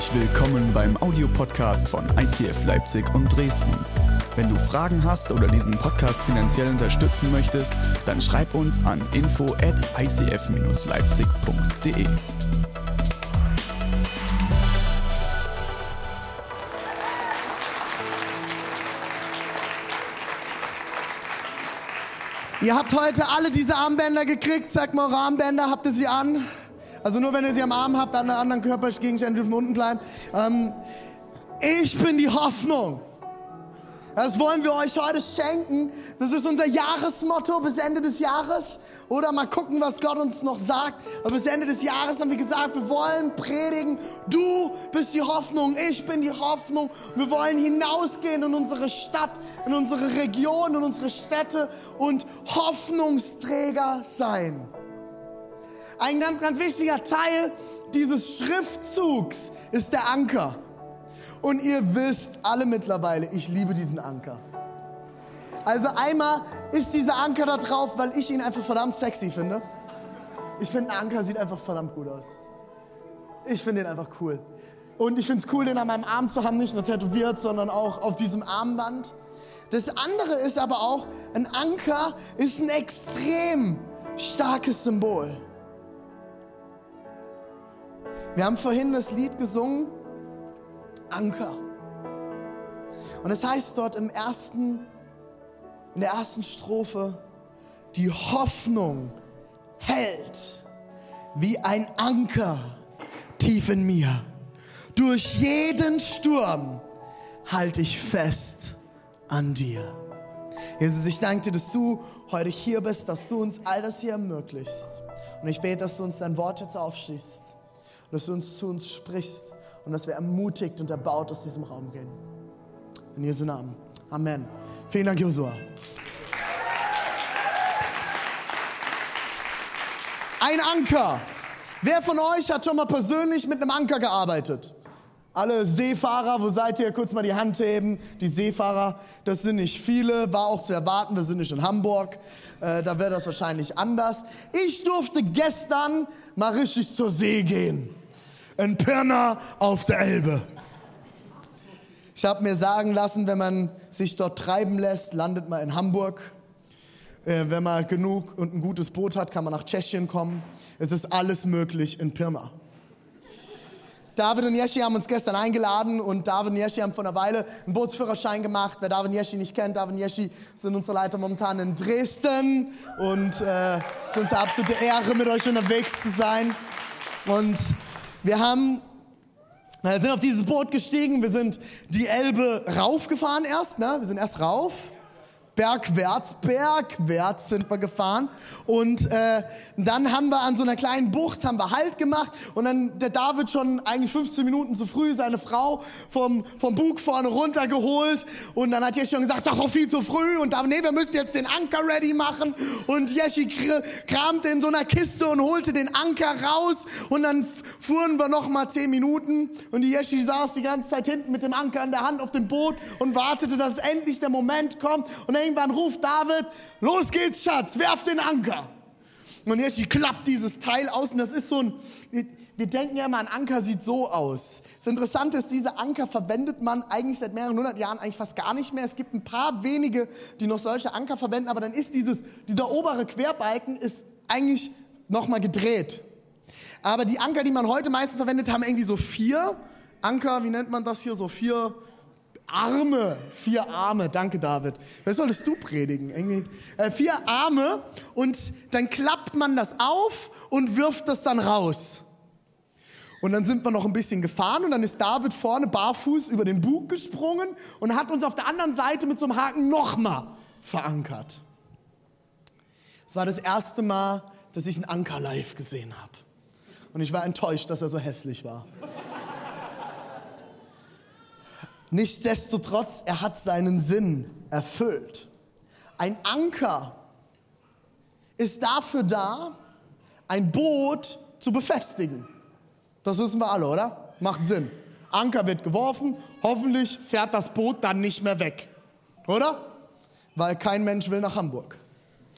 Herzlich willkommen beim Audiopodcast von ICF Leipzig und Dresden. Wenn du Fragen hast oder diesen Podcast finanziell unterstützen möchtest, dann schreib uns an info@icf-leipzig.de. Ihr habt heute alle diese Armbänder gekriegt. Zeigt mal eure Armbänder. Habt ihr sie an? Also nur wenn ihr sie am Arm habt, alle anderen Körpergegenstände dürfen unten bleiben. Ich bin die Hoffnung. Das wollen wir euch heute schenken. Das ist unser Jahresmotto bis Ende des Jahres. Oder mal gucken, was Gott uns noch sagt. Aber bis Ende des Jahres haben wir gesagt, wir wollen predigen. Du bist die Hoffnung, ich bin die Hoffnung. Wir wollen hinausgehen in unsere Stadt, in unsere Region, in unsere Städte und Hoffnungsträger sein. Ein ganz, ganz wichtiger Teil dieses Schriftzugs ist der Anker. Und ihr wisst alle mittlerweile, ich liebe diesen Anker. Also einmal ist dieser Anker da drauf, weil ich ihn einfach verdammt sexy finde. Ich finde, ein Anker sieht einfach verdammt gut aus. Ich finde ihn einfach cool. Und ich finde es cool, den an meinem Arm zu haben, nicht nur tätowiert, sondern auch auf diesem Armband. Das andere ist aber auch, ein Anker ist ein extrem starkes Symbol. Wir haben vorhin das Lied gesungen, Anker. Und es heißt dort in der ersten Strophe, die Hoffnung hält wie ein Anker tief in mir. Durch jeden Sturm halte ich fest an dir. Jesus, ich danke dir, dass du heute hier bist, dass du uns all das hier ermöglicht. Und ich bete, dass du uns dein Wort jetzt aufschließt, dass du zu uns sprichst und dass wir ermutigt und erbaut aus diesem Raum gehen. In Jesu Namen. Amen. Vielen Dank, Josua. Ein Anker. Wer von euch hat schon mal persönlich mit einem Anker gearbeitet? Alle Seefahrer, wo seid ihr? Kurz mal die Hand heben. Die Seefahrer, das sind nicht viele, war auch zu erwarten. Wir sind nicht in Hamburg, da wäre das wahrscheinlich anders. Ich durfte gestern mal richtig zur See gehen. In Pirna auf der Elbe. Ich habe mir sagen lassen, wenn man sich dort treiben lässt, landet man in Hamburg. Wenn man genug und ein gutes Boot hat, kann man nach Tschechien kommen. Es ist alles möglich in Pirna. David und Jeschi haben uns gestern eingeladen und David und Jeschi haben vor einer Weile einen Bootsführerschein gemacht. Wer David und Jeschi nicht kennt, David und Jeschi sind unsere Leiter momentan in Dresden und es ist uns eine absolute Ehre, mit euch unterwegs zu sein. Und wir sind auf dieses Boot gestiegen, wir sind die Elbe raufgefahren erst, ne? Wir sind erst rauf, bergwärts sind wir gefahren und dann haben wir an so einer kleinen Bucht Halt gemacht und dann der David schon eigentlich 15 Minuten zu früh seine Frau vom Bug vorne runtergeholt und dann hat Jeschi schon gesagt, doch viel zu früh und David, nee, wir müssen jetzt den Anker ready machen und Jeschi kramte in so einer Kiste und holte den Anker raus und dann fuhren wir noch mal 10 Minuten und die Jeschi saß die ganze Zeit hinten mit dem Anker in der Hand auf dem Boot und wartete, dass endlich der Moment kommt und irgendwann ruft David, los geht's, Schatz, werf den Anker. Und Jeschi klappt dieses Teil aus und das ist so ein, wir denken ja immer, ein Anker sieht so aus. Das Interessante ist, diese Anker verwendet man eigentlich seit mehreren hundert Jahren eigentlich fast gar nicht mehr. Es gibt ein paar wenige, die noch solche Anker verwenden, aber dann ist dieser obere Querbalken ist eigentlich nochmal gedreht. Aber die Anker, die man heute meistens verwendet, haben irgendwie so 4 Anker, wie nennt man das hier, so 4 Arme, danke David. Was solltest du predigen? Irgendwie 4 Arme und dann klappt man das auf und wirft das dann raus. Und dann sind wir noch ein bisschen gefahren und dann ist David vorne barfuß über den Bug gesprungen und hat uns auf der anderen Seite mit so einem Haken nochmal verankert. Es war das erste Mal, dass ich einen Anker live gesehen habe. Und ich war enttäuscht, dass er so hässlich war. Nichtsdestotrotz, er hat seinen Sinn erfüllt. Ein Anker ist dafür da, ein Boot zu befestigen. Das wissen wir alle, oder? Macht Sinn. Anker wird geworfen, hoffentlich fährt das Boot dann nicht mehr weg. Oder? Weil kein Mensch will nach Hamburg.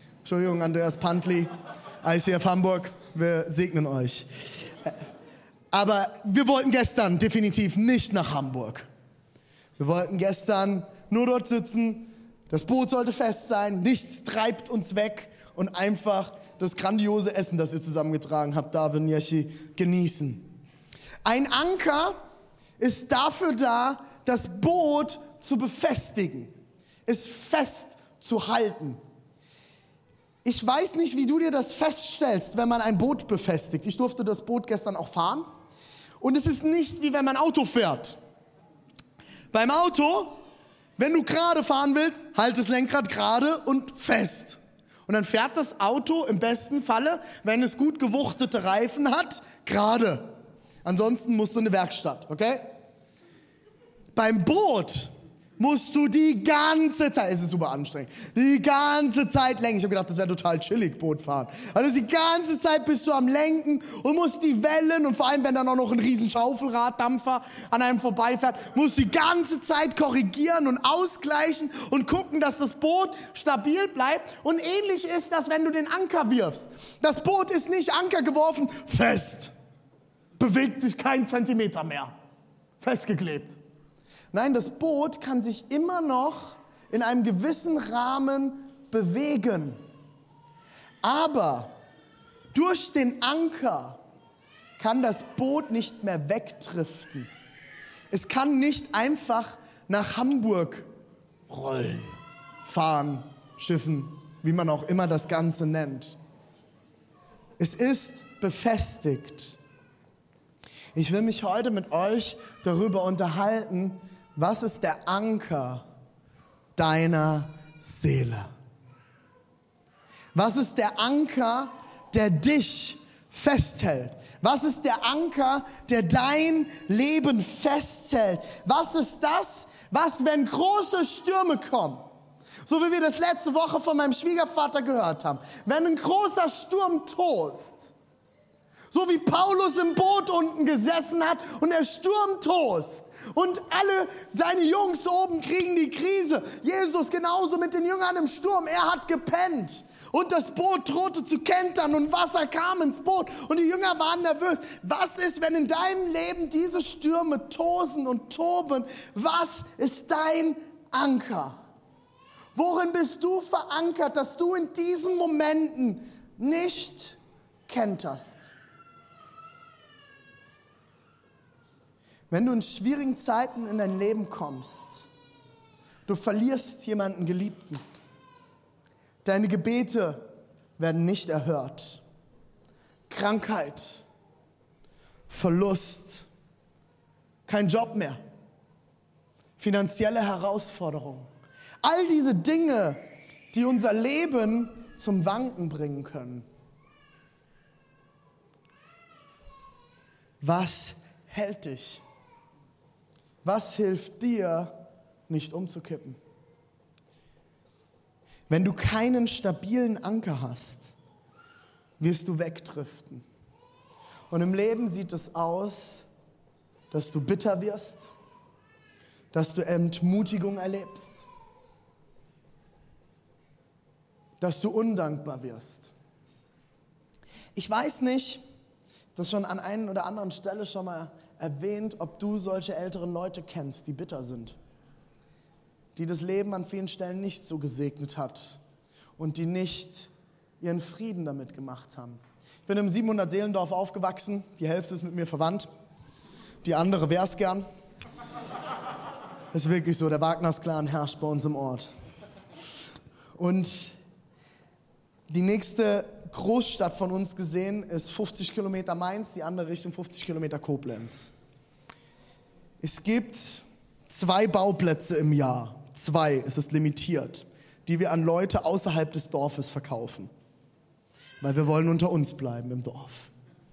Entschuldigung, Andreas Pantli, ICF Hamburg, wir segnen euch. Aber wir wollten gestern definitiv nicht nach Hamburg. Wir wollten gestern nur dort sitzen, das Boot sollte fest sein, nichts treibt uns weg und einfach das grandiose Essen, das ihr zusammengetragen habt, da in Jechi, genießen. Ein Anker ist dafür da, das Boot zu befestigen, es festzuhalten. Ich weiß nicht, wie du dir das feststellst, wenn man ein Boot befestigt. Ich durfte das Boot gestern auch fahren. Und es ist nicht wie wenn man Auto fährt. Beim Auto, wenn du gerade fahren willst, halt das Lenkrad gerade und fest. Und dann fährt das Auto im besten Falle, wenn es gut gewuchtete Reifen hat, gerade. Ansonsten musst du in eine Werkstatt, okay? Beim Boot musst du die ganze Zeit, es ist super anstrengend, die ganze Zeit lenken. Ich habe gedacht, das wäre total chillig, Boot fahren. Also die ganze Zeit bist du am Lenken und musst die Wellen und vor allem, wenn dann auch noch ein riesen Schaufelraddampfer an einem vorbeifährt, musst du die ganze Zeit korrigieren und ausgleichen und gucken, dass das Boot stabil bleibt. Und ähnlich ist das, wenn du den Anker wirfst. Das Boot ist nicht Anker geworfen, fest. Bewegt sich kein Zentimeter mehr. Festgeklebt. Nein, das Boot kann sich immer noch in einem gewissen Rahmen bewegen. Aber durch den Anker kann das Boot nicht mehr wegdriften. Es kann nicht einfach nach Hamburg rollen, fahren, schiffen, wie man auch immer das Ganze nennt. Es ist befestigt. Ich will mich heute mit euch darüber unterhalten, was ist der Anker deiner Seele? Was ist der Anker, der dich festhält? Was ist der Anker, der dein Leben festhält? Was ist das, was, wenn große Stürme kommen, so wie wir das letzte Woche von meinem Schwiegervater gehört haben, wenn ein großer Sturm tost, so wie Paulus im Boot unten gesessen hat und der Sturm tost und alle seine Jungs oben kriegen die Krise. Jesus genauso mit den Jüngern im Sturm. Er hat gepennt und das Boot drohte zu kentern und Wasser kam ins Boot und die Jünger waren nervös. Was ist, wenn in deinem Leben diese Stürme tosen und toben? Was ist dein Anker? Worin bist du verankert, dass du in diesen Momenten nicht kenterst? Wenn du in schwierigen Zeiten in dein Leben kommst, du verlierst jemanden Geliebten, deine Gebete werden nicht erhört, Krankheit, Verlust, kein Job mehr, finanzielle Herausforderungen, all diese Dinge, die unser Leben zum Wanken bringen können. Was hält dich? Was hilft dir, nicht umzukippen? Wenn du keinen stabilen Anker hast, wirst du wegdriften. Und im Leben sieht es aus, dass du bitter wirst, dass du Entmutigung erlebst, dass du undankbar wirst. Ich weiß nicht, das schon an einer oder anderen Stelle schon mal erwähnt, ob du solche älteren Leute kennst, die bitter sind, die das Leben an vielen Stellen nicht so gesegnet hat und die nicht ihren Frieden damit gemacht haben. Ich bin im 700-Seelendorf aufgewachsen, die Hälfte ist mit mir verwandt, die andere wär's gern. Das ist wirklich so, der Wagners-Clan herrscht bei uns im Ort. Und die nächste Großstadt von uns gesehen ist 50 Kilometer Mainz, die andere Richtung 50 Kilometer Koblenz. Es gibt 2 Bauplätze im Jahr, 2, es ist limitiert, die wir an Leute außerhalb des Dorfes verkaufen, weil wir wollen unter uns bleiben im Dorf.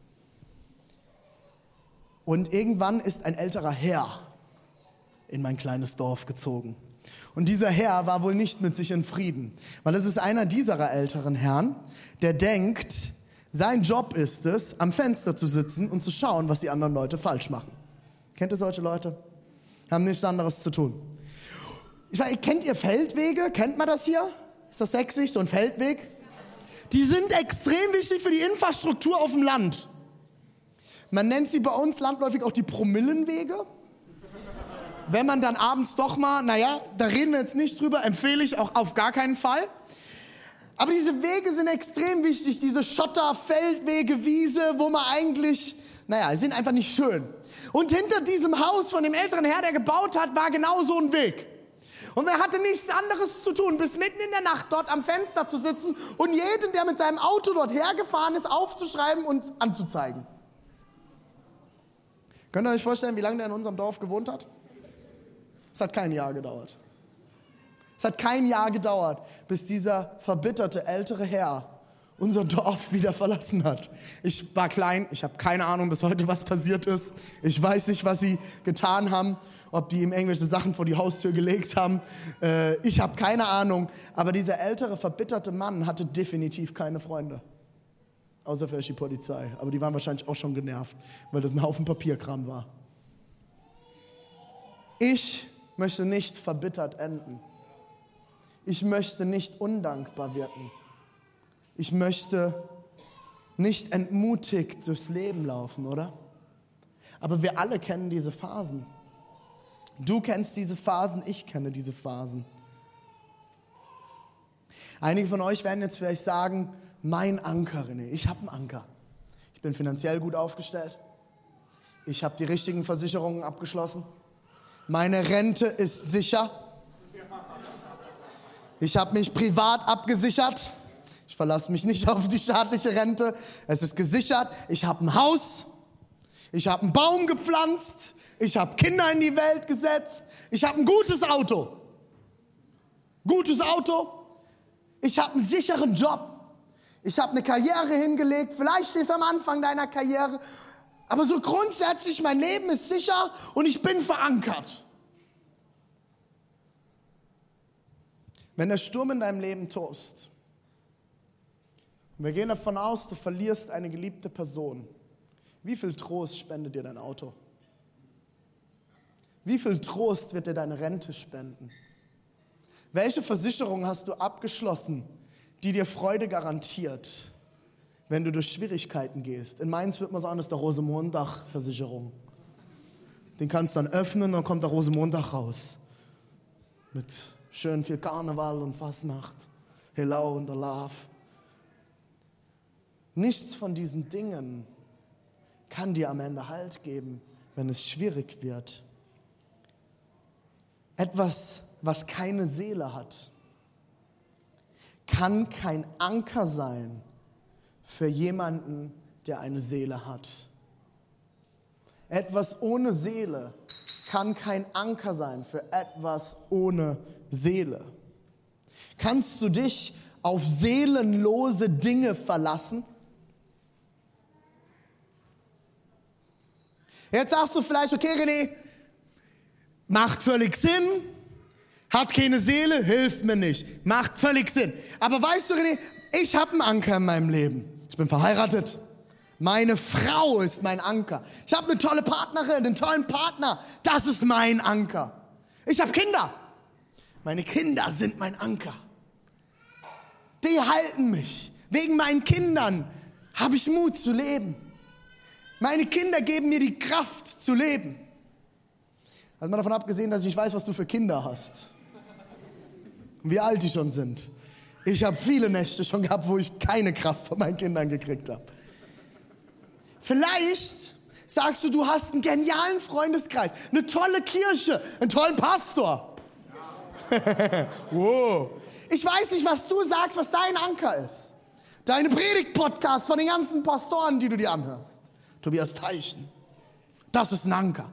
Und irgendwann ist ein älterer Herr in mein kleines Dorf gezogen. Und dieser Herr war wohl nicht mit sich in Frieden, weil es ist einer dieser älteren Herren, der denkt, sein Job ist es, am Fenster zu sitzen und zu schauen, was die anderen Leute falsch machen. Kennt ihr solche Leute? Haben nichts anderes zu tun. Kennt ihr Feldwege? Kennt man das hier? Ist das sexy, so ein Feldweg? Die sind extrem wichtig für die Infrastruktur auf dem Land. Man nennt sie bei uns landläufig auch die Promillenwege. Wenn man dann abends doch mal, da reden wir jetzt nicht drüber, empfehle ich auch auf gar keinen Fall. Aber diese Wege sind extrem wichtig, diese Schotter, Feldwege, Wiese, wo man eigentlich, sind einfach nicht schön. Und hinter diesem Haus von dem älteren Herr, der gebaut hat, war genau so ein Weg. Und er hatte nichts anderes zu tun, bis mitten in der Nacht dort am Fenster zu sitzen und jeden, der mit seinem Auto dort hergefahren ist, aufzuschreiben und anzuzeigen. Könnt ihr euch vorstellen, wie lange der in unserem Dorf gewohnt hat? Es hat kein Jahr gedauert. Es hat kein Jahr gedauert, bis dieser verbitterte ältere Herr unser Dorf wieder verlassen hat. Ich war klein, ich habe keine Ahnung bis heute, was passiert ist. Ich weiß nicht, was sie getan haben, ob die ihm irgendwelche Sachen vor die Haustür gelegt haben. Ich habe keine Ahnung, aber dieser ältere, verbitterte Mann hatte definitiv keine Freunde. Außer vielleicht die Polizei, aber die waren wahrscheinlich auch schon genervt, weil das ein Haufen Papierkram war. Ich möchte nicht verbittert enden. Ich möchte nicht undankbar wirken. Ich möchte nicht entmutigt durchs Leben laufen, oder? Aber wir alle kennen diese Phasen. Du kennst diese Phasen, ich kenne diese Phasen. Einige von euch werden jetzt vielleicht sagen, mein Anker, René, ich habe einen Anker. Ich bin finanziell gut aufgestellt. Ich habe die richtigen Versicherungen abgeschlossen. Meine Rente ist sicher. Ich habe mich privat abgesichert. Ich verlasse mich nicht auf die staatliche Rente. Es ist gesichert. Ich habe ein Haus. Ich habe einen Baum gepflanzt. Ich habe Kinder in die Welt gesetzt. Ich habe ein gutes Auto. Gutes Auto. Ich habe einen sicheren Job. Ich habe eine Karriere hingelegt. Vielleicht stehst du am Anfang deiner Karriere. Aber so grundsätzlich, mein Leben ist sicher und ich bin verankert. Wenn der Sturm in deinem Leben tost, und wir gehen davon aus, du verlierst eine geliebte Person, wie viel Trost spendet dir dein Auto? Wie viel Trost wird dir deine Rente spenden? Welche Versicherung hast du abgeschlossen, die dir Freude garantiert, wenn du durch Schwierigkeiten gehst? In Mainz wird man sagen, das ist der Rosenmontag-Versicherung. Den kannst du dann öffnen und dann kommt der Rosenmontag raus. Mit schön viel Karneval und Fasnacht, Helau und der Love. Nichts von diesen Dingen kann dir am Ende Halt geben, wenn es schwierig wird. Etwas, was keine Seele hat, kann kein Anker sein für jemanden, der eine Seele hat. Etwas ohne Seele kann kein Anker sein für etwas ohne Seele. Kannst du dich auf seelenlose Dinge verlassen? Jetzt sagst du vielleicht, okay René, macht völlig Sinn, hat keine Seele, hilft mir nicht, macht völlig Sinn. Aber weißt du René, ich habe einen Anker in meinem Leben. Ich bin verheiratet. Meine Frau ist mein Anker. Ich habe eine tolle Partnerin, einen tollen Partner. Das ist mein Anker. Ich habe Kinder. Meine Kinder sind mein Anker. Die halten mich. Wegen meinen Kindern habe ich Mut zu leben. Meine Kinder geben mir die Kraft zu leben. Also mal davon abgesehen, dass ich nicht weiß, was du für Kinder hast. Und wie alt die schon sind. Ich habe viele Nächte schon gehabt, wo ich keine Kraft von meinen Kindern gekriegt habe. Vielleicht sagst du, du hast einen genialen Freundeskreis, eine tolle Kirche, einen tollen Pastor. Wow. Ich weiß nicht, was du sagst, was dein Anker ist. Deine Predigt-Podcasts von den ganzen Pastoren, die du dir anhörst. Tobias Teichen. Das ist ein Anker.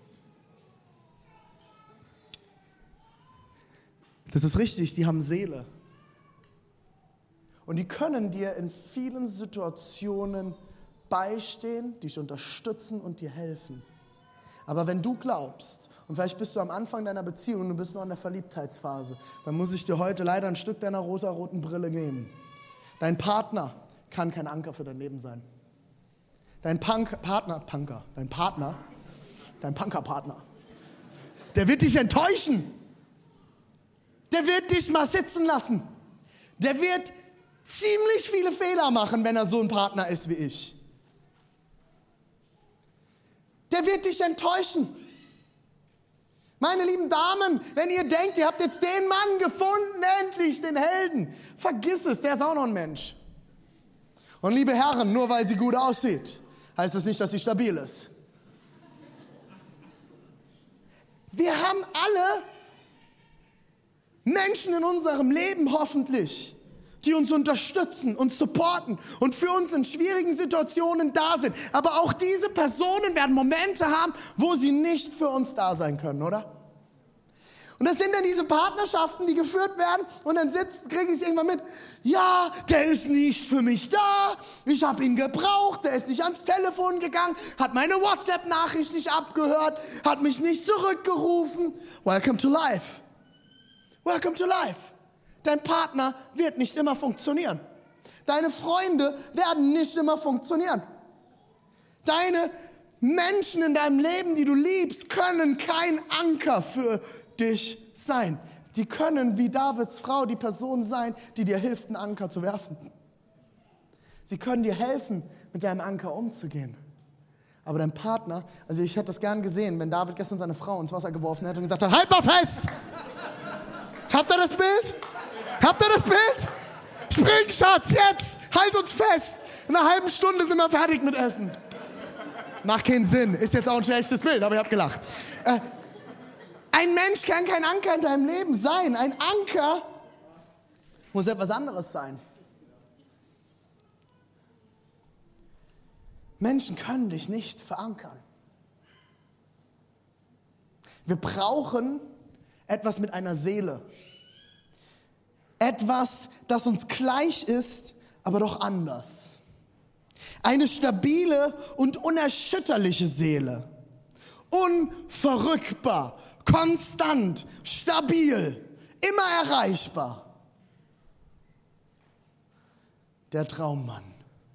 Das ist richtig, die haben Seele. Und die können dir in vielen Situationen beistehen, dich unterstützen und dir helfen. Aber wenn du glaubst, und vielleicht bist du am Anfang deiner Beziehung und du bist noch in der Verliebtheitsphase, dann muss ich dir heute leider ein Stück deiner rosa-roten Brille nehmen. Dein Partner kann kein Anker für dein Leben sein. Dein Punkerpartner, der wird dich enttäuschen. Der wird dich mal sitzen lassen. Der wird ziemlich viele Fehler machen, wenn er so ein Partner ist wie ich. Der wird dich enttäuschen. Meine lieben Damen, wenn ihr denkt, ihr habt jetzt den Mann gefunden, endlich den Helden, vergiss es, der ist auch noch ein Mensch. Und liebe Herren, nur weil sie gut aussieht, heißt das nicht, dass sie stabil ist. Wir haben alle Menschen in unserem Leben hoffentlich, die uns unterstützen und supporten und für uns in schwierigen Situationen da sind. Aber auch diese Personen werden Momente haben, wo sie nicht für uns da sein können, oder? Und das sind dann diese Partnerschaften, die geführt werden und dann kriege ich irgendwann mit, ja, der ist nicht für mich da, ich habe ihn gebraucht, der ist nicht ans Telefon gegangen, hat meine WhatsApp-Nachricht nicht abgehört, hat mich nicht zurückgerufen. Welcome to life. Welcome to life. Dein Partner wird nicht immer funktionieren. Deine Freunde werden nicht immer funktionieren. Deine Menschen in deinem Leben, die du liebst, können kein Anker für dich sein. Die können wie Davids Frau die Person sein, die dir hilft, einen Anker zu werfen. Sie können dir helfen, mit deinem Anker umzugehen. Aber dein Partner, also ich hätte das gern gesehen, wenn David gestern seine Frau ins Wasser geworfen hätte und gesagt hat, halt mal fest! Habt ihr das Bild? Habt ihr das Bild? Spring, Schatz, jetzt! Halt uns fest! In einer halben Stunde sind wir fertig mit Essen. Macht keinen Sinn. Ist jetzt auch ein schlechtes Bild, aber ich habe gelacht. Ein Mensch kann kein Anker in deinem Leben sein. Ein Anker muss etwas anderes sein. Menschen können dich nicht verankern. Wir brauchen etwas mit einer Seele. Etwas, das uns gleich ist, aber doch anders. Eine stabile und unerschütterliche Seele. Unverrückbar, konstant, stabil, immer erreichbar. Der Traummann.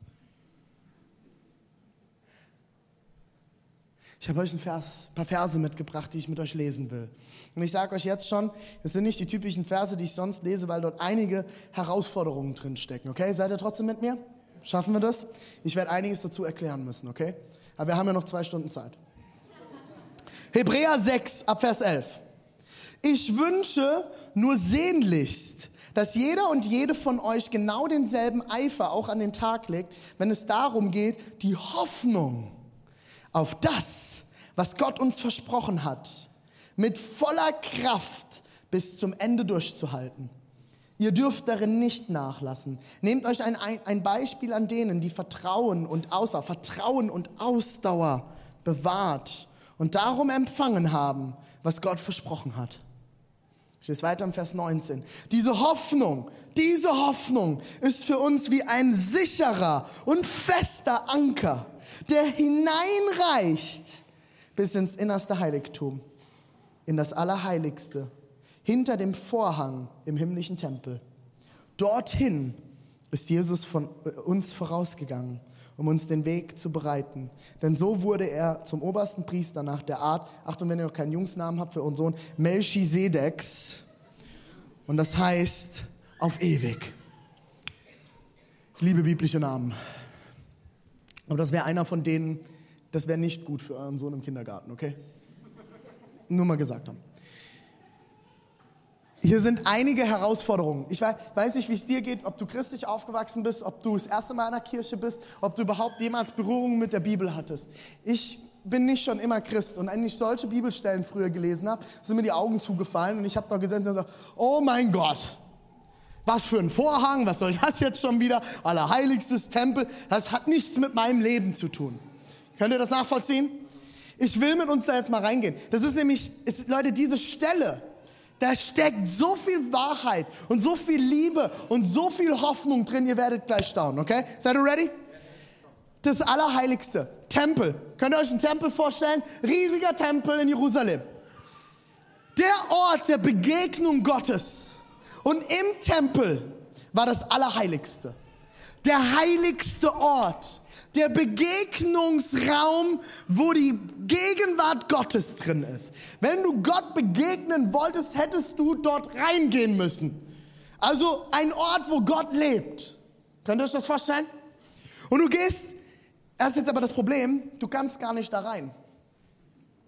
Ich habe euch ein paar Verse mitgebracht, die ich mit euch lesen will. Und ich sage euch jetzt schon, das sind nicht die typischen Verse, die ich sonst lese, weil dort einige Herausforderungen drinstecken. Okay, seid ihr trotzdem mit mir? Schaffen wir das? Ich werde einiges dazu erklären müssen, okay? Aber wir haben ja noch 2 Stunden Zeit. Hebräer 6, ab Vers 11. Ich wünsche nur sehnlichst, dass jeder und jede von euch genau denselben Eifer auch an den Tag legt, wenn es darum geht, die Hoffnung auf das, was Gott uns versprochen hat, mit voller Kraft bis zum Ende durchzuhalten. Ihr dürft darin nicht nachlassen. Nehmt euch ein Beispiel an denen, die Vertrauen und Ausdauer bewahrt und darum empfangen haben, was Gott versprochen hat. Ich lese weiter im Vers 19. Diese Hoffnung ist für uns wie ein sicherer und fester Anker, der hineinreicht bis ins innerste Heiligtum, in das Allerheiligste, hinter dem Vorhang im himmlischen Tempel. Dorthin ist Jesus von uns vorausgegangen, um uns den Weg zu bereiten. Denn so wurde er zum obersten Priester nach der Art, Achtung, wenn ihr noch keinen Jungsnamen habt für unseren Sohn, Melchisedeks. Und das heißt auf ewig. Ich liebe biblische Namen. Aber das wäre einer von denen, das wäre nicht gut für euren Sohn im Kindergarten, okay? Nur mal gesagt haben. Hier sind einige Herausforderungen. Ich weiß nicht, wie es dir geht, ob du christlich aufgewachsen bist, ob du das erste Mal in der Kirche bist, ob du überhaupt jemals Berührung mit der Bibel hattest. Ich bin nicht schon immer Christ und wenn ich solche Bibelstellen früher gelesen habe, sind mir die Augen zugefallen und ich habe da gesessen und gesagt, oh mein Gott, was für ein Vorhang, was soll das jetzt schon wieder? Allerheiligstes Tempel, das hat nichts mit meinem Leben zu tun. Könnt ihr das nachvollziehen? Ich will mit uns da jetzt mal reingehen. Das ist nämlich, Leute, diese Stelle, da steckt so viel Wahrheit und so viel Liebe und so viel Hoffnung drin, ihr werdet gleich staunen, okay? Seid ihr ready? Das Allerheiligste, Tempel. Könnt ihr euch einen Tempel vorstellen? Riesiger Tempel in Jerusalem. Der Ort der Begegnung Gottes. Und im Tempel war das Allerheiligste. Der heiligste Ort. Der Begegnungsraum, wo die Gegenwart Gottes drin ist. Wenn du Gott begegnen wolltest, hättest du dort reingehen müssen. Also ein Ort, wo Gott lebt. Könnt ihr euch das vorstellen? Und du gehst, das ist jetzt aber das Problem, du kannst gar nicht da rein.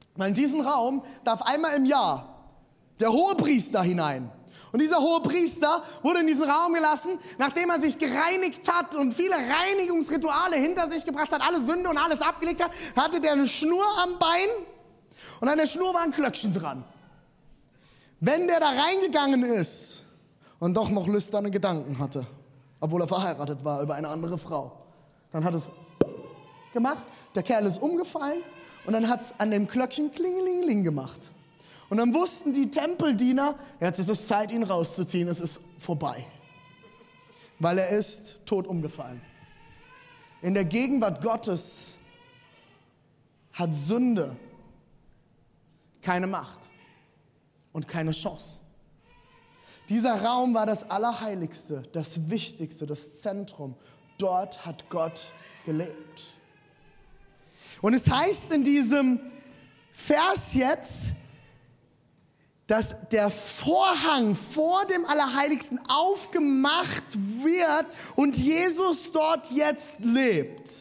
Weil in diesen Raum darf einmal im Jahr der Hohepriester hinein. Und dieser Hohepriester wurde in diesen Raum gelassen, nachdem er sich gereinigt hat und viele Reinigungsrituale hinter sich gebracht hat, alle Sünde und alles abgelegt hat, hatte der eine Schnur am Bein und an der Schnur war ein Glöckchen dran. Wenn der da reingegangen ist und doch noch lüsterne Gedanken hatte, obwohl er verheiratet war über eine andere Frau, dann hat es gemacht, der Kerl ist umgefallen und dann hat es an dem Glöckchen klingelingeling gemacht. Und dann wussten die Tempeldiener, jetzt ist es Zeit, ihn rauszuziehen, es ist vorbei. Weil er ist tot umgefallen. In der Gegenwart Gottes hat Sünde keine Macht und keine Chance. Dieser Raum war das Allerheiligste, das Wichtigste, das Zentrum. Dort hat Gott gelebt. Und es heißt in diesem Vers jetzt, dass der Vorhang vor dem Allerheiligsten aufgemacht wird und Jesus dort jetzt lebt.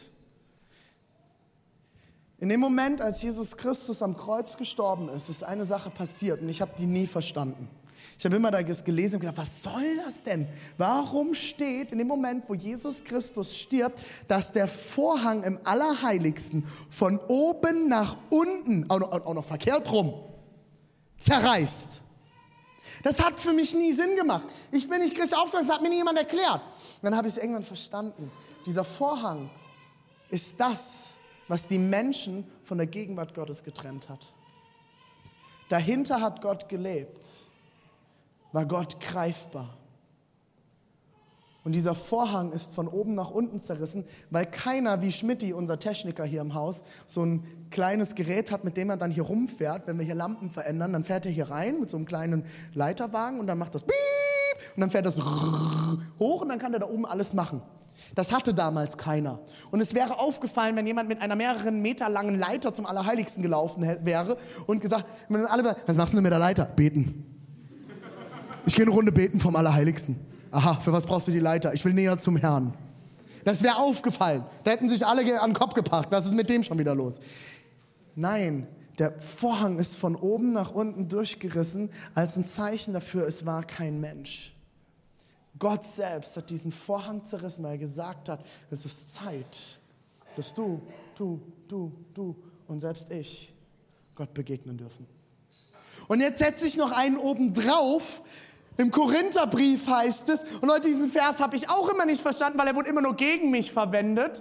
In dem Moment, als Jesus Christus am Kreuz gestorben ist eine Sache passiert und ich habe die nie verstanden. Ich habe immer das gelesen und gedacht, was soll das denn? Warum steht in dem Moment, wo Jesus Christus stirbt, dass der Vorhang im Allerheiligsten von oben nach unten, auch noch verkehrt rum, zerreißt? Das hat für mich nie Sinn gemacht. Ich bin nicht christlich aufgewachsen, das hat mir nie jemand erklärt. Und dann habe ich es irgendwann verstanden. Dieser Vorhang ist das, was die Menschen von der Gegenwart Gottes getrennt hat. Dahinter hat Gott gelebt, war Gott greifbar. Und dieser Vorhang ist von oben nach unten zerrissen, weil keiner wie Schmidti, unser Techniker hier im Haus, so ein kleines Gerät hat, mit dem er dann hier rumfährt. Wenn wir hier Lampen verändern, dann fährt er hier rein mit so einem kleinen Leiterwagen und dann macht das Piep und dann fährt das hoch und dann kann er da oben alles machen. Das hatte damals keiner. Und es wäre aufgefallen, wenn jemand mit einer mehreren Meter langen Leiter zum Allerheiligsten gelaufen wäre und gesagt, wenn alle, was machst du denn mit der Leiter? Beten. Ich gehe eine Runde beten vom Allerheiligsten. Aha, für was brauchst du die Leiter? Ich will näher zum Herrn. Das wäre aufgefallen. Da hätten sich alle an den Kopf gepackt. Was ist mit dem schon wieder los? Nein, der Vorhang ist von oben nach unten durchgerissen, als ein Zeichen dafür, es war kein Mensch. Gott selbst hat diesen Vorhang zerrissen, weil er gesagt hat, es ist Zeit, dass du und selbst ich Gott begegnen dürfen. Und jetzt setze ich noch einen oben drauf. Im Korintherbrief heißt es, und Leute, diesen Vers habe ich auch immer nicht verstanden, weil er wurde immer nur gegen mich verwendet.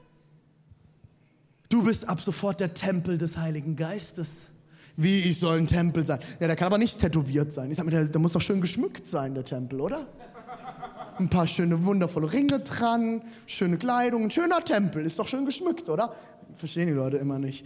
Du bist ab sofort der Tempel des Heiligen Geistes. Wie, ich soll ein Tempel sein? Ja, der kann aber nicht tätowiert sein. Ich sag mir, der muss doch schön geschmückt sein, der Tempel, oder? Ein paar schöne, wundervolle Ringe dran, schöne Kleidung, ein schöner Tempel, ist doch schön geschmückt, oder? Verstehen die Leute immer nicht.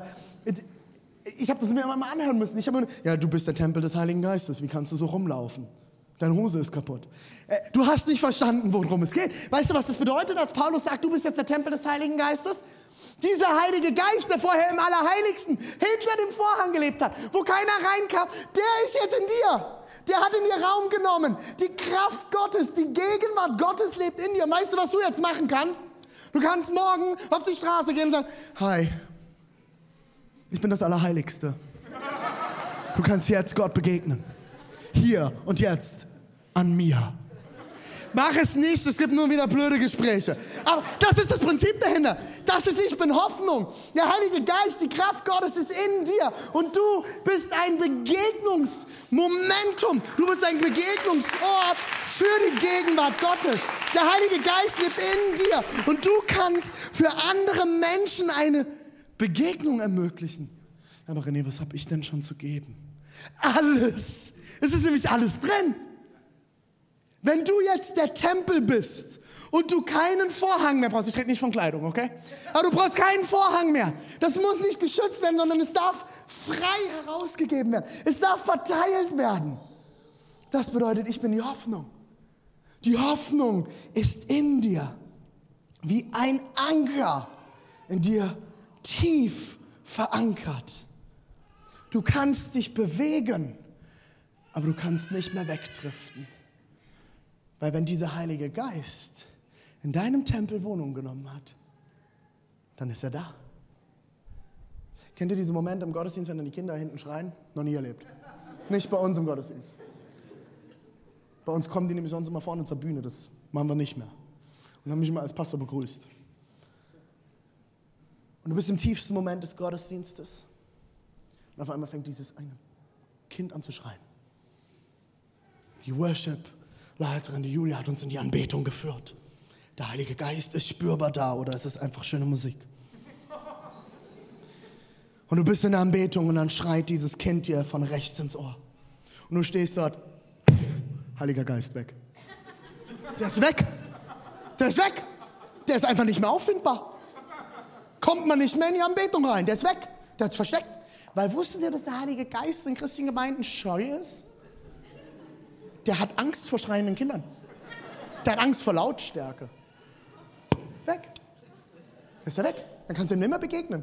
Ich habe das mir immer mal anhören müssen. Ich habe immer, ja, du bist der Tempel des Heiligen Geistes. Wie kannst du so rumlaufen? Deine Hose ist kaputt. Du hast nicht verstanden, worum es geht. Weißt du, was das bedeutet, als Paulus sagt, du bist jetzt der Tempel des Heiligen Geistes? Dieser Heilige Geist, der vorher im Allerheiligsten hinter dem Vorhang gelebt hat, wo keiner reinkam, der ist jetzt in dir. Der hat in dir Raum genommen. Die Kraft Gottes, die Gegenwart Gottes lebt in dir. Und weißt du, was du jetzt machen kannst? Du kannst morgen auf die Straße gehen und sagen, hi, ich bin das Allerheiligste. Du kannst jetzt Gott begegnen. Hier und jetzt an mir. Mach es nicht, es gibt nur wieder blöde Gespräche. Aber das ist das Prinzip dahinter. Das ist Ich bin Hoffnung. Der Heilige Geist, die Kraft Gottes ist in dir. Und du bist ein Begegnungsmomentum. Du bist ein Begegnungsort für die Gegenwart Gottes. Der Heilige Geist lebt in dir. Und du kannst für andere Menschen eine Begegnung ermöglichen. Aber René, was habe ich denn schon zu geben? Alles. Es ist nämlich alles drin. Wenn du jetzt der Tempel bist und du keinen Vorhang mehr brauchst, ich rede nicht von Kleidung, okay? Aber du brauchst keinen Vorhang mehr. Das muss nicht geschützt werden, sondern es darf frei herausgegeben werden. Es darf verteilt werden. Das bedeutet, ich bin die Hoffnung. Die Hoffnung ist in dir, wie ein Anker in dir tief verankert. Du kannst dich bewegen, aber du kannst nicht mehr wegdriften. Weil wenn dieser Heilige Geist in deinem Tempel Wohnung genommen hat, dann ist er da. Kennt ihr diese Momente im Gottesdienst, wenn dann die Kinder hinten schreien? Noch nie erlebt. Nicht bei uns im Gottesdienst. Bei uns kommen die nämlich sonst immer vorne zur Bühne, das machen wir nicht mehr. Und haben mich immer als Pastor begrüßt. Und du bist im tiefsten Moment des Gottesdienstes. Und auf einmal fängt dieses eine Kind an zu schreien. Die Worship-Leiterin, die Julia, hat uns in die Anbetung geführt. Der Heilige Geist ist spürbar da oder es ist einfach schöne Musik. Und du bist in der Anbetung und dann schreit dieses Kind dir von rechts ins Ohr. Und du stehst dort, Heiliger Geist weg. Der ist weg. Der ist weg. Der ist einfach nicht mehr auffindbar. Kommt man nicht mehr in die Anbetung rein. Der ist weg. Der hat es versteckt. Weil wusstet ihr, dass der Heilige Geist in christlichen Gemeinden scheu ist? Der hat Angst vor schreienden Kindern. Der hat Angst vor Lautstärke. Weg. Der ist ja weg. Dann kannst du ihm nicht mehr begegnen.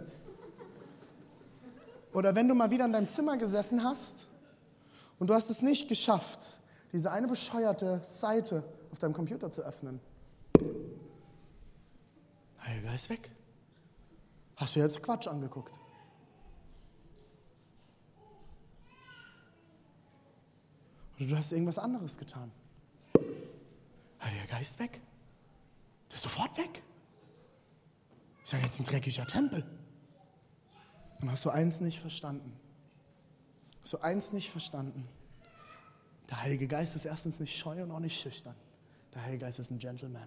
Oder wenn du mal wieder in deinem Zimmer gesessen hast und du hast es nicht geschafft, diese eine bescheuerte Seite auf deinem Computer zu öffnen. Heiliger ist weg. Hast du jetzt Quatsch angeguckt? Oder du hast irgendwas anderes getan. Heiliger Geist weg. Der ist sofort weg. Ist ja jetzt ein dreckiger Tempel. Und hast du eins nicht verstanden? Hast du eins nicht verstanden? Der Heilige Geist ist erstens nicht scheu und auch nicht schüchtern. Der Heilige Geist ist ein Gentleman.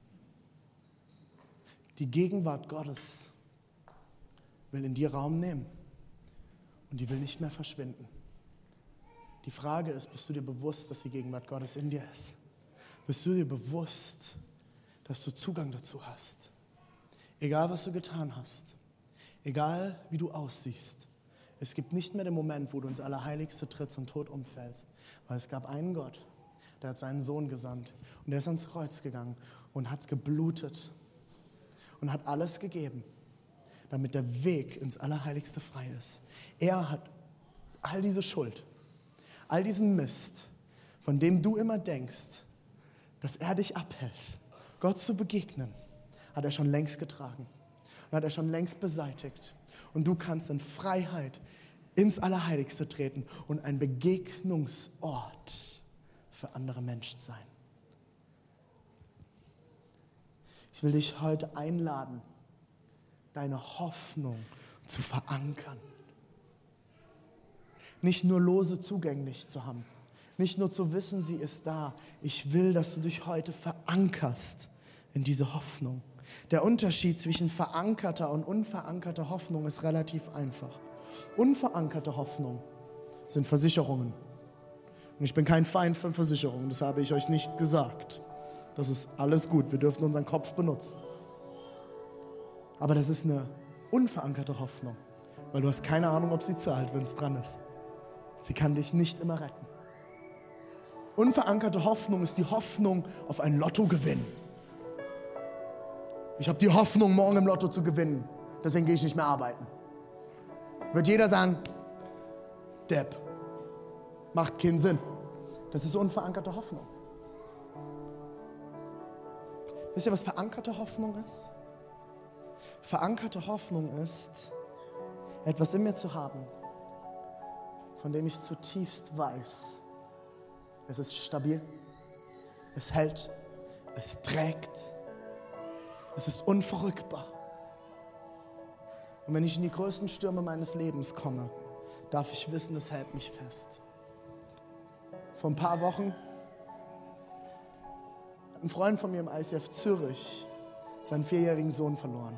Die Gegenwart Gottes will in dir Raum nehmen und die will nicht mehr verschwinden. Die Frage ist, bist du dir bewusst, dass die Gegenwart Gottes in dir ist? Bist du dir bewusst, dass du Zugang dazu hast? Egal, was du getan hast, egal, wie du aussiehst, es gibt nicht mehr den Moment, wo du ins Allerheiligste trittst und tot umfällst, weil es gab einen Gott, der hat seinen Sohn gesandt und der ist ans Kreuz gegangen und hat geblutet und hat alles gegeben, damit der Weg ins Allerheiligste frei ist. Er hat all diese Schuld, all diesen Mist, von dem du immer denkst, dass er dich abhält, Gott zu begegnen, hat er schon längst getragen und hat er schon längst beseitigt. Und du kannst in Freiheit ins Allerheiligste treten und ein Begegnungsort für andere Menschen sein. Ich will dich heute einladen, deine Hoffnung zu verankern. Nicht nur lose zugänglich zu haben, nicht nur zu wissen, sie ist da. Ich will, dass du dich heute verankerst in diese Hoffnung. Der Unterschied zwischen verankerter und unverankerter Hoffnung ist relativ einfach. Unverankerte Hoffnung sind Versicherungen. Und ich bin kein Feind von Versicherungen, das habe ich euch nicht gesagt. Das ist alles gut, wir dürfen unseren Kopf benutzen. Aber das ist eine unverankerte Hoffnung, weil du hast keine Ahnung, ob sie zahlt, wenn es dran ist. Sie kann dich nicht immer retten. Unverankerte Hoffnung ist die Hoffnung auf einen Lottogewinn. Ich habe die Hoffnung, morgen im Lotto zu gewinnen, deswegen gehe ich nicht mehr arbeiten. Wird jeder sagen, Depp, macht keinen Sinn. Das ist unverankerte Hoffnung. Wisst ihr, was verankerte Hoffnung ist? Verankerte Hoffnung ist, etwas in mir zu haben, von dem ich zutiefst weiß, es ist stabil, es hält, es trägt, es ist unverrückbar. Und wenn ich in die größten Stürme meines Lebens komme, darf ich wissen, es hält mich fest. Vor ein paar Wochen hat ein Freund von mir im ICF Zürich seinen 4-jährigen Sohn verloren.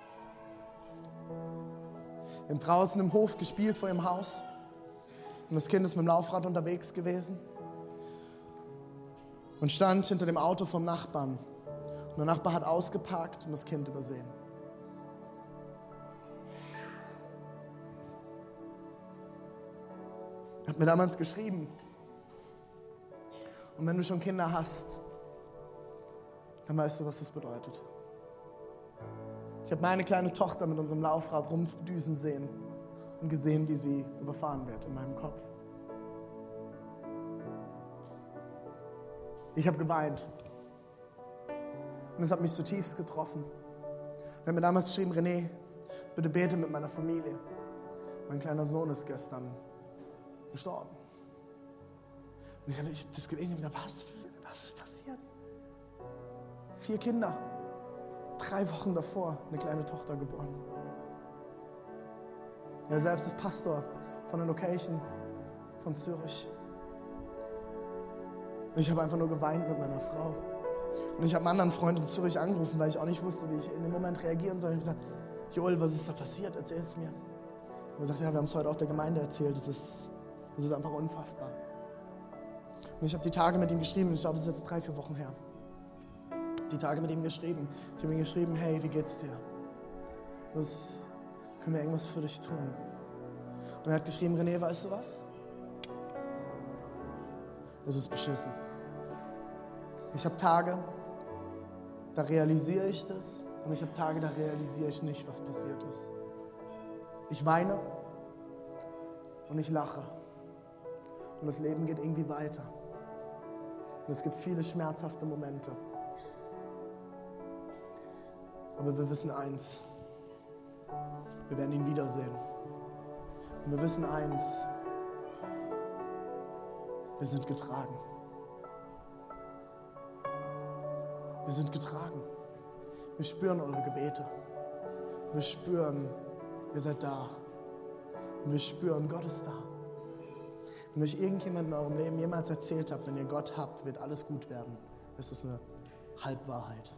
Wir haben draußen im Hof gespielt vor ihrem Haus und das Kind ist mit dem Laufrad unterwegs gewesen und stand hinter dem Auto vom Nachbarn. Und der Nachbar hat ausgeparkt und das Kind übersehen. Er hat mir damals geschrieben. Und wenn du schon Kinder hast, dann weißt du, was das bedeutet. Ich habe meine kleine Tochter mit unserem Laufrad rumdüsen sehen und gesehen, wie sie überfahren wird in meinem Kopf. Ich habe geweint. Und es hat mich zutiefst getroffen. Er hat mir damals geschrieben, René, bitte bete mit meiner Familie. Mein kleiner Sohn ist gestern gestorben. Und ich habe das gelesen und gedacht, was ist passiert? 4 Kinder, 3 Wochen davor eine kleine Tochter geboren. Er selbst ist Pastor von der Location von Zürich. Und ich habe einfach nur geweint mit meiner Frau. Und ich habe einen anderen Freund in Zürich angerufen, weil ich auch nicht wusste, wie ich in dem Moment reagieren soll. Ich habe gesagt, Joel, was ist da passiert? Erzähl es mir. Und er sagt, ja, wir haben es heute auch der Gemeinde erzählt. Das ist einfach unfassbar. Und ich habe die Tage mit ihm geschrieben. Ich glaube, es ist jetzt 3-4 Wochen her. Die Tage mit ihm geschrieben. Ich habe ihm geschrieben, hey, wie geht's dir? Können wir irgendwas für dich tun? Und er hat geschrieben, René, weißt du was? Es ist beschissen. Ich habe Tage, da realisiere ich das, und ich habe Tage, da realisiere ich nicht, was passiert ist. Ich weine und ich lache. Und das Leben geht irgendwie weiter. Und es gibt viele schmerzhafte Momente. Aber wir wissen eins: Wir werden ihn wiedersehen. Und wir wissen eins: Wir sind getragen. Wir sind getragen. Wir spüren eure Gebete. Wir spüren, ihr seid da. Und wir spüren, Gott ist da. Wenn euch irgendjemand in eurem Leben jemals erzählt habt, wenn ihr Gott habt, wird alles gut werden, ist das eine Halbwahrheit.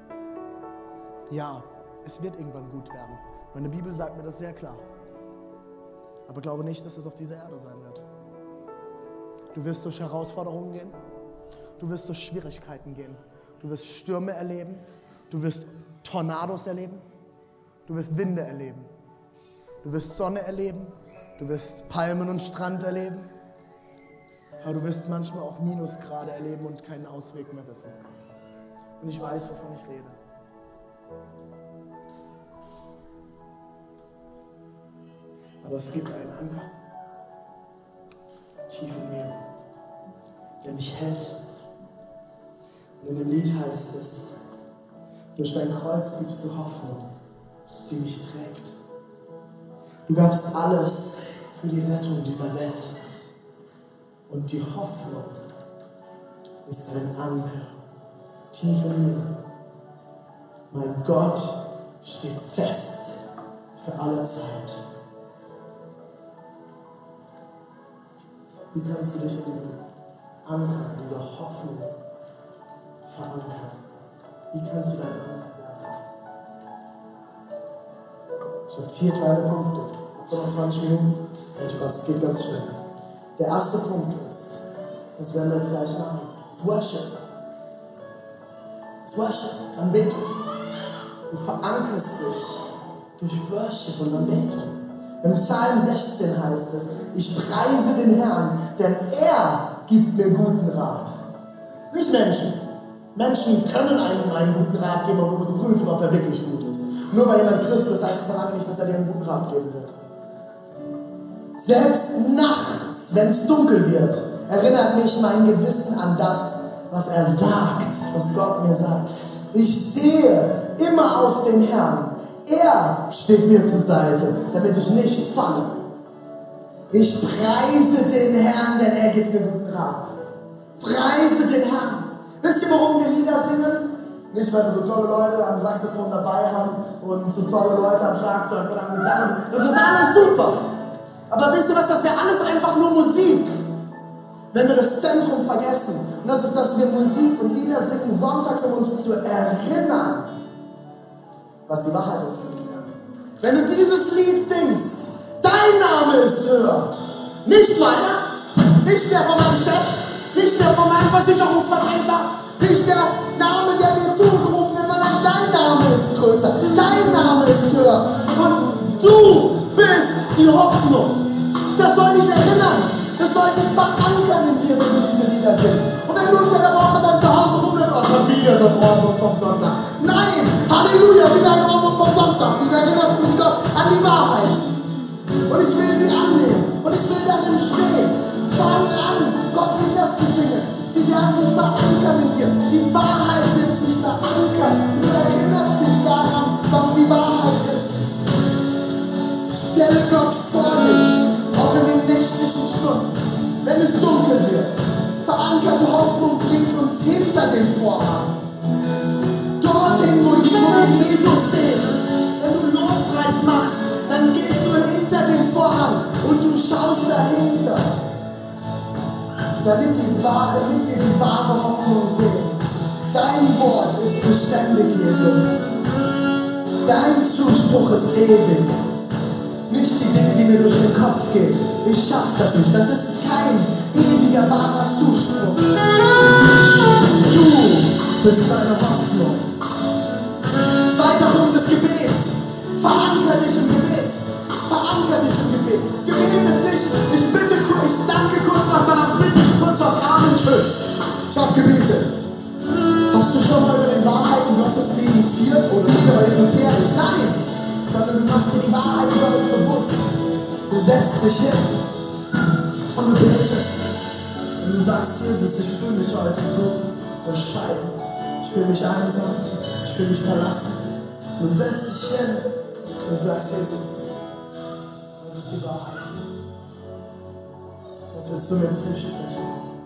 Ja, es wird irgendwann gut werden. Meine Bibel sagt mir das sehr klar. Aber glaube nicht, dass es auf dieser Erde sein wird. Du wirst durch Herausforderungen gehen. Du wirst durch Schwierigkeiten gehen. Du wirst Stürme erleben. Du wirst Tornados erleben. Du wirst Winde erleben. Du wirst Sonne erleben. Du wirst Palmen und Strand erleben. Aber du wirst manchmal auch Minusgrade erleben und keinen Ausweg mehr wissen. Und ich weiß, wovon ich rede. Aber es gibt einen Anker tief in mir, der mich hält. Und in dem Lied heißt es: Durch dein Kreuz gibst du Hoffnung, die mich trägt. Du gabst alles für die Rettung dieser Welt. Und die Hoffnung ist ein Anker tief in mir. Mein Gott steht fest für alle Zeit. Wie kannst du dich in diesem Anker, dieser Hoffnung verankern? Wie kannst du deinen Anker werfen? Ich habe 4 kleine Punkte. Ich habe noch 20 Minuten. Kein Spaß, es geht ganz schnell. Der erste Punkt ist, das werden wir jetzt gleich machen, ist Worship. Das Worship, das ist Anbetung. Du verankerst dich durch Worship und Anbetung. Im Psalm 16 heißt es: Ich preise den Herrn, denn er gibt mir guten Rat. Nicht Menschen. Menschen können einem einen guten Rat geben, aber du musst prüfen, ob er wirklich gut ist. Nur weil jemand Christ ist, heißt es noch lange nicht, dass er dir einen guten Rat geben wird. Selbst nachts, wenn es dunkel wird, erinnert mich mein Gewissen an das, was er sagt, was Gott mir sagt. Ich sehe immer auf den Herrn. Er steht mir zur Seite, damit ich nicht falle. Ich preise den Herrn, denn er gibt mir guten Rat. Preise den Herrn. Wisst ihr, warum wir Lieder singen? Nicht, weil wir so tolle Leute am Saxophon dabei haben und so tolle Leute am Schlagzeug oder am Gesang. Das ist alles super. Aber wisst ihr was, das wäre alles einfach nur Musik, wenn wir das Zentrum vergessen. Und das ist, dass wir Musik und Lieder singen sonntags, um uns zu erinnern, was die Wahrheit ist. Wenn du dieses Lied singst, dein Name ist höher. Nicht meiner, nicht der von meinem Chef, nicht der von meinem Versicherungsvertreter, nicht der Name, der mir zugerufen wird, sondern dein Name ist größer, dein Name ist höher. Und du bist die Hoffnung. Das soll dich erinnern. Das soll dich verankern in dir, wenn du diese Lieder singst. Und wenn du unter der Woche dann zu Hause rumläufst, auch schon wieder so ein Ohrwurm vom Sonntag. Nein, Halleluja, wieder ein Ohrwurm vom Sonntag. Du erinnerst mich, Gott, an die Wahrheit. Und ich will sie annehmen. Und ich will darin stehen. Fang an, Gott wieder zu singen. Sie werden sich verankern in dir. Die Wahrheit wird sich verankern. Du erinnerst dich daran, was die Wahrheit ist. Stelle Gott vor hinter dem Vorhang. Dorthin, wo wir Jesus sehen. Wenn du Lobpreis machst, dann gehst du hinter den Vorhang und du schaust dahinter. Damit wir die wahre Hoffnung sehen. Dein Wort ist beständig, Jesus. Dein Zuspruch ist ewig. Nicht die Dinge, die mir durch den Kopf gehen. Ich schaffe das nicht. Das ist kein ewiger, wahrer Zuspruch. Du bist meine Hoffnung. Zweiter Punkt ist Gebet. Verankere dich im Gebet. Verankere dich im Gebet. Gebet ist nicht, ich danke kurz was, sondern bitte ich kurz auf Amen, tschüss. Ich habe gebetet. Hast du schon mal über den Wahrheiten Gottes meditiert? Oder nicht aber esoterisch? Nein! Sondern du machst dir die Wahrheiten Gottes bewusst. Du setzt dich hin und du betest. Und du sagst, Jesus, ich fühle mich heute so bescheiden. Ich fühle mich einsam. Ich fühle mich verlassen. Du setzt dich hin und du sagst, Jesus, das ist die Wahrheit. Was willst du mir zusprechen?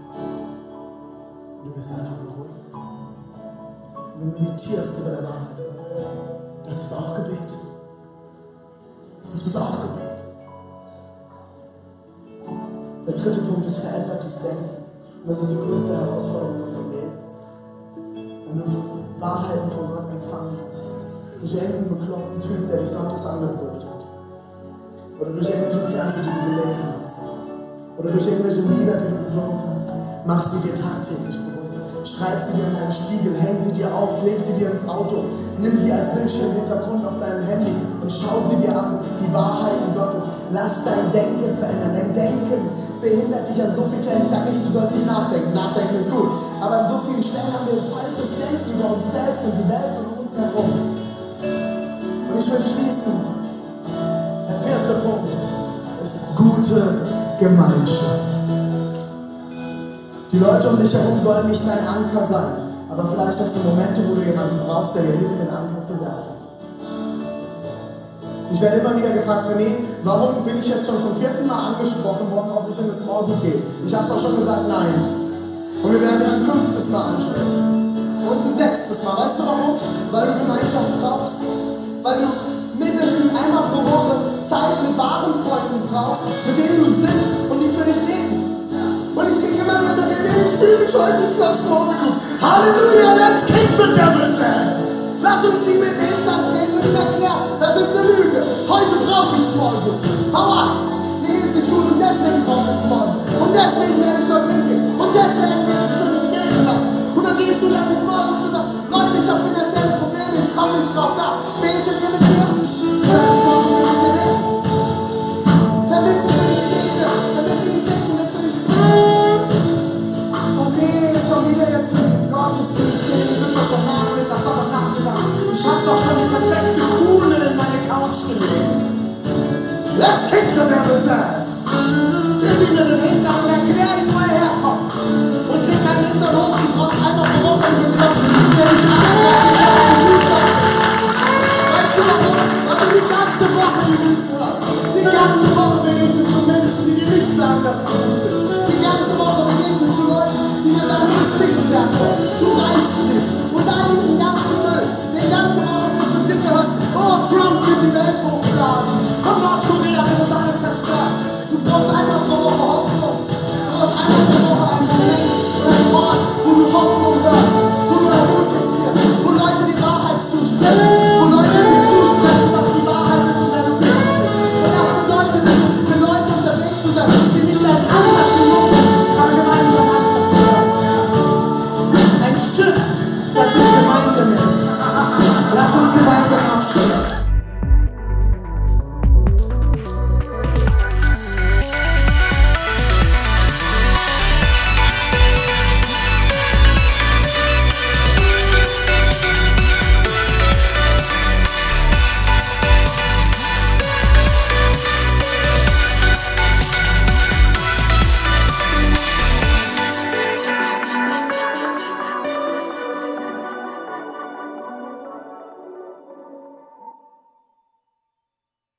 Du bist einfach nur ruhig. Und du meditierst über der Wahrheit Gottes. Das ist auch Gebet. Das ist auch Gebet. Der dritte Punkt ist verändertes Denken. Und das ist die größte Herausforderung in unserem Leben. Wenn du Wahrheiten von Gott empfangen hast, durch irgendeinen bekloppten Typ, der dich sonntags angebrüllt hat, oder durch irgendwelche Verse, die du gelesen hast, oder durch irgendwelche Lieder, die du gesungen hast, mach sie dir tagtäglich bewusst. Schreib sie dir in deinen Spiegel, häng sie dir auf, kleb sie dir ins Auto, nimm sie als Bildschirmhintergrund auf deinem Handy und schau sie dir an, die Wahrheiten Gottes. Lass dein Denken verändern. Dein Denken behindert dich an so vielen Stellen. Ich sage nicht, du sollst nicht nachdenken. Nachdenken ist gut. Aber an so vielen Stellen haben wir falsches Denken über uns selbst und die Welt um uns herum. Und ich will schließen. Der vierte Punkt ist gute Gemeinschaft. Die Leute um dich herum sollen nicht dein Anker sein. Aber vielleicht hast du Momente, wo du jemanden brauchst, der dir hilft, den Anker zu werfen. Ich werde immer wieder gefragt, René, warum bin ich jetzt schon zum 4. Mal angesprochen worden, ob ich in das Small Group gehe? Ich habe doch schon gesagt, nein. Und wir werden dich ein 5. Mal ansprechen. Und ein 6. Mal. Weißt du warum? Weil du Gemeinschaft brauchst. Weil du mindestens einmal pro Woche Zeit mit wahren Freunden brauchst, mit denen du sitzt und die für dich leben. Und ich gehe immer wieder mit denen, ich fühle mich heute nicht nach Small Group. Halleluja, let's kick the devil's ass. Lass uns sie mit dem Hintern treten und erklären, das ist eine Lüge. Heute brauche ich Small Group. Hau ab! Mir geht's nicht gut und deswegen brauche ich Small Group. Und deswegen werde ich dort hingehen. Und deswegen werde ich mich nicht gehen lassen. Und dann gehst du dann ins Small Group und sagst, Leute, ich habe finanzielle Probleme, ich komme nicht drauf nach. Betet ihr mit mir? Und dann ist Small Group mit dir nicht. Dann willst du für dich segnen. Dann willst du nicht segnen, willst du nicht bringen. Oh nee, schon wieder jetzt ein Gottesdienst gehen. Es ist doch schon Nachmittag, Sonntag. Ich hab doch schon die perfekte Kuhle in meine Couch gelegt. Let's kick the devil's ass!